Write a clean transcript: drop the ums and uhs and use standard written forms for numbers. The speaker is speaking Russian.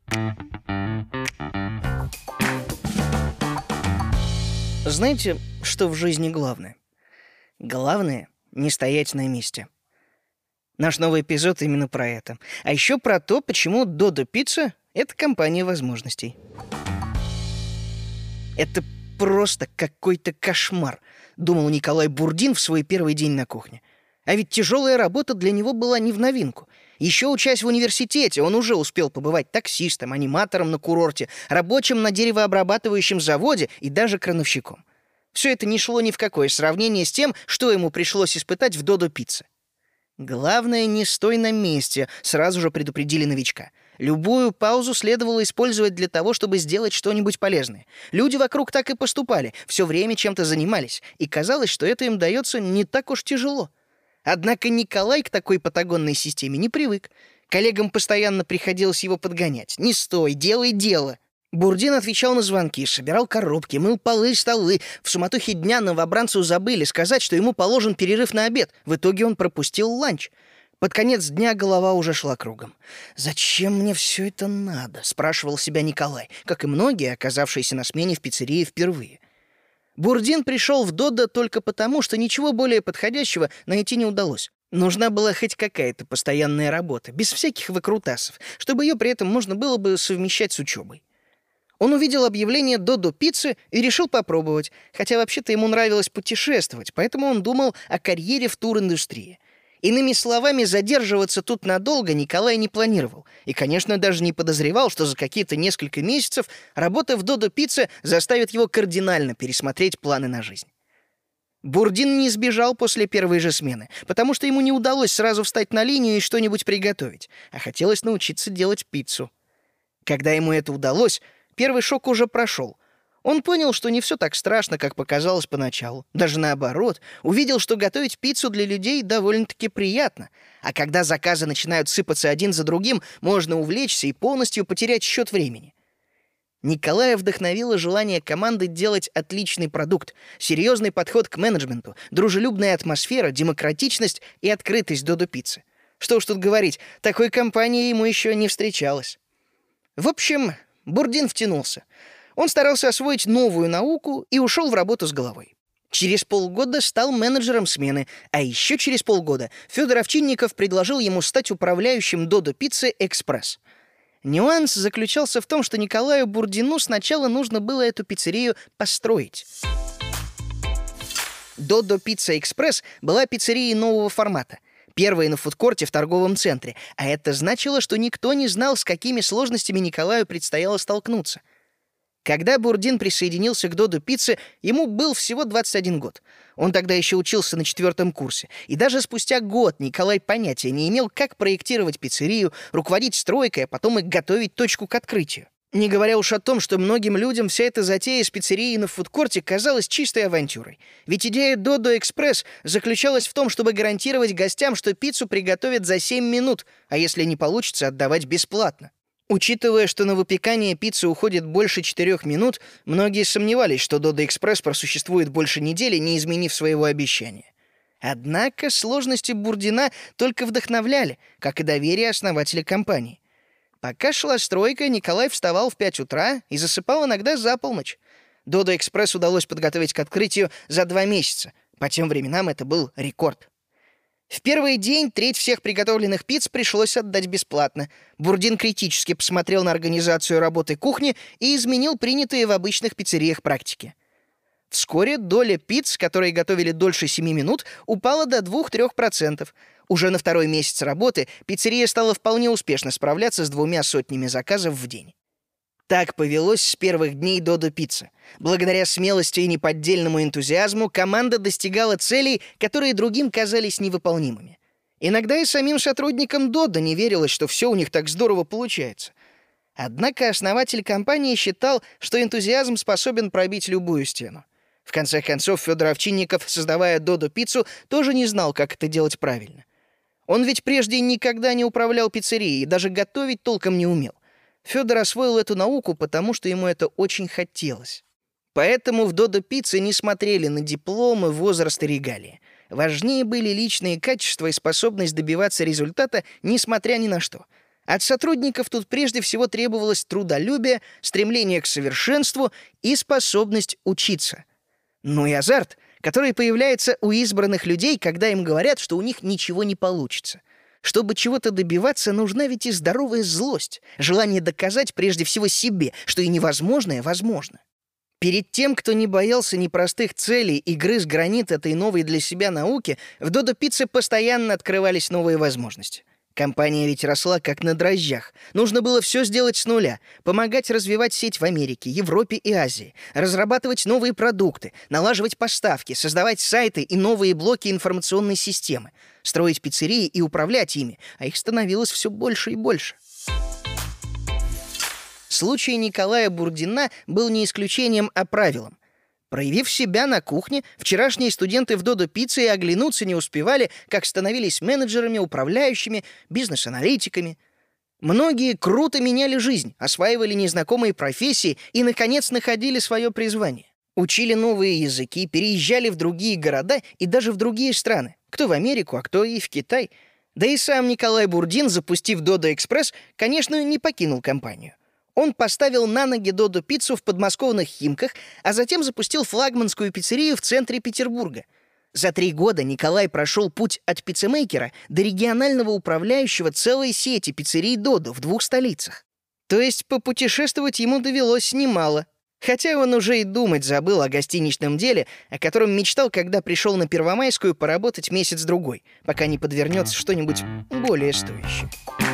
Знаете, что в жизни главное? Главное — не стоять на месте. Наш новый эпизод именно про это. А еще про то, почему Додо Пицца — это компания возможностей. Это просто какой-то кошмар, думал Николай Бурдин в свой первый день на кухне. А ведь тяжелая работа для него была не в новинку. Еще учась в университете, он уже успел побывать таксистом, аниматором на курорте, рабочим на деревообрабатывающем заводе и даже крановщиком. Все это не шло ни в какое сравнение с тем, что ему пришлось испытать в Додо Пицце. Главное, не стой на месте, сразу же предупредили новичка. Любую паузу следовало использовать для того, чтобы сделать что-нибудь полезное. Люди вокруг так и поступали, все время чем-то занимались, и казалось, что это им дается не так уж тяжело. Однако Николай к такой патагонной системе не привык. Коллегам постоянно приходилось его подгонять. «Не стой, делай дело!» Бурдин отвечал на звонки, собирал коробки, мыл полы и столы. В суматохе дня новобранцу забыли сказать, что ему положен перерыв на обед. В итоге он пропустил ланч. Под конец дня голова уже шла кругом. «Зачем мне все это надо?» — спрашивал себя Николай, как и многие, оказавшиеся на смене в пиццерии впервые. Бурдин пришел в Додо только потому, что ничего более подходящего найти не удалось. Нужна была хоть какая-то постоянная работа, без всяких выкрутасов, чтобы ее при этом можно было бы совмещать с учебой. Он увидел объявление «Додо Пиццы» и решил попробовать, хотя вообще-то ему нравилось путешествовать, поэтому он думал о карьере в туриндустрии. Иными словами, задерживаться тут надолго Николай не планировал. И, конечно, даже не подозревал, что за какие-то несколько месяцев работа в Додо Пицце заставит его кардинально пересмотреть планы на жизнь. Бурдин не сбежал после первой же смены, потому что ему не удалось сразу встать на линию и что-нибудь приготовить, а хотелось научиться делать пиццу. Когда ему это удалось, первый шок уже прошел. Он понял, что не все так страшно, как показалось поначалу. Даже наоборот, увидел, что готовить пиццу для людей довольно-таки приятно. А когда заказы начинают сыпаться один за другим, можно увлечься и полностью потерять счет времени. Николая вдохновило желание команды делать отличный продукт, серьезный подход к менеджменту, дружелюбная атмосфера, демократичность и открытость Додо Пиццы. Что уж тут говорить, такой компании ему еще не встречалось. В общем, Бурдин втянулся. Он старался освоить новую науку и ушел в работу с головой. Через полгода стал менеджером смены, а еще через полгода Федор Овчинников предложил ему стать управляющим Додо Пиццы Экспресс. Нюанс заключался в том, что Николаю Бурдину сначала нужно было эту пиццерию построить. Додо Пицца Экспресс была пиццерией нового формата. Первая на фудкорте в торговом центре, а это значило, что никто не знал, с какими сложностями Николаю предстояло столкнуться. Когда Бурдин присоединился к Додо Пицце, ему был всего 21 год. Он тогда еще учился на 4 курсе. И даже спустя год Николай понятия не имел, как проектировать пиццерию, руководить стройкой, а потом и готовить точку к открытию. Не говоря уж о том, что многим людям вся эта затея с пиццерией на фудкорте казалась чистой авантюрой. Ведь идея Додо Экспресс заключалась в том, чтобы гарантировать гостям, что пиццу приготовят за 7 минут, а если не получится, отдавать бесплатно. Учитывая, что на выпекание пиццы уходит больше 4 минут, многие сомневались, что Додо Экспресс просуществует больше недели, не изменив своего обещания. Однако сложности Бурдина только вдохновляли, как и доверие основателя компании. Пока шла стройка, Николай вставал в 5 утра и засыпал иногда за полночь. Додо Экспресс удалось подготовить к открытию за 2 месяца. По тем временам это был рекорд. В первый день треть всех приготовленных пицц пришлось отдать бесплатно. Бурдин критически посмотрел на организацию работы кухни и изменил принятые в обычных пиццериях практики. Вскоре доля пицц, которые готовили дольше 7 минут, упала до 2-3%. Уже на 2-й месяц работы пиццерия стала вполне успешно справляться с 2 сотнями заказов в день. Так повелось с первых дней Додо Пиццы. Благодаря смелости и неподдельному энтузиазму команда достигала целей, которые другим казались невыполнимыми. Иногда и самим сотрудникам Додо не верилось, что все у них так здорово получается. Однако основатель компании считал, что энтузиазм способен пробить любую стену. В конце концов, Федор Овчинников, создавая Додо Пиццу, тоже не знал, как это делать правильно. Он ведь прежде никогда не управлял пиццерией и даже готовить толком не умел. Федор освоил эту науку, потому что ему это очень хотелось. Поэтому в Додо Пицце не смотрели на дипломы, возраст и регалии. Важнее были личные качества и способность добиваться результата, несмотря ни на что. От сотрудников тут прежде всего требовалось трудолюбие, стремление к совершенству и способность учиться. Ну и азарт, который появляется у избранных людей, когда им говорят, что у них ничего не получится. Чтобы чего-то добиваться, нужна ведь и здоровая злость, желание доказать прежде всего себе, что и невозможное возможно. Перед тем, кто не боялся непростых целей и грыз гранит этой новой для себя науки, в Додо Пицце постоянно открывались новые возможности. Компания ведь росла как на дрожжах. Нужно было все сделать с нуля, помогать развивать сеть в Америке, Европе и Азии, разрабатывать новые продукты, налаживать поставки, создавать сайты и новые блоки информационной системы, строить пиццерии и управлять ими, а их становилось все больше и больше. Случай Николая Бурдина был не исключением, а правилом. Проявив себя на кухне, вчерашние студенты в Додо Пицце и оглянуться не успевали, как становились менеджерами, управляющими, бизнес-аналитиками. Многие круто меняли жизнь, осваивали незнакомые профессии и, наконец, находили свое призвание. Учили новые языки, переезжали в другие города и даже в другие страны. Кто в Америку, а кто и в Китай. Да и сам Николай Бурдин, запустив Додо Экспресс, конечно, не покинул компанию. Он поставил на ноги Додо Пиццу в подмосковных Химках, а затем запустил флагманскую пиццерию в центре Петербурга. За 3 года Николай прошел путь от пиццемейкера до регионального управляющего целой сети пиццерий Додо в 2 столицах. То есть попутешествовать ему довелось немало. Хотя он уже и думать забыл о гостиничном деле, о котором мечтал, когда пришел на Первомайскую поработать месяц-другой, пока не подвернется что-нибудь более стоящее.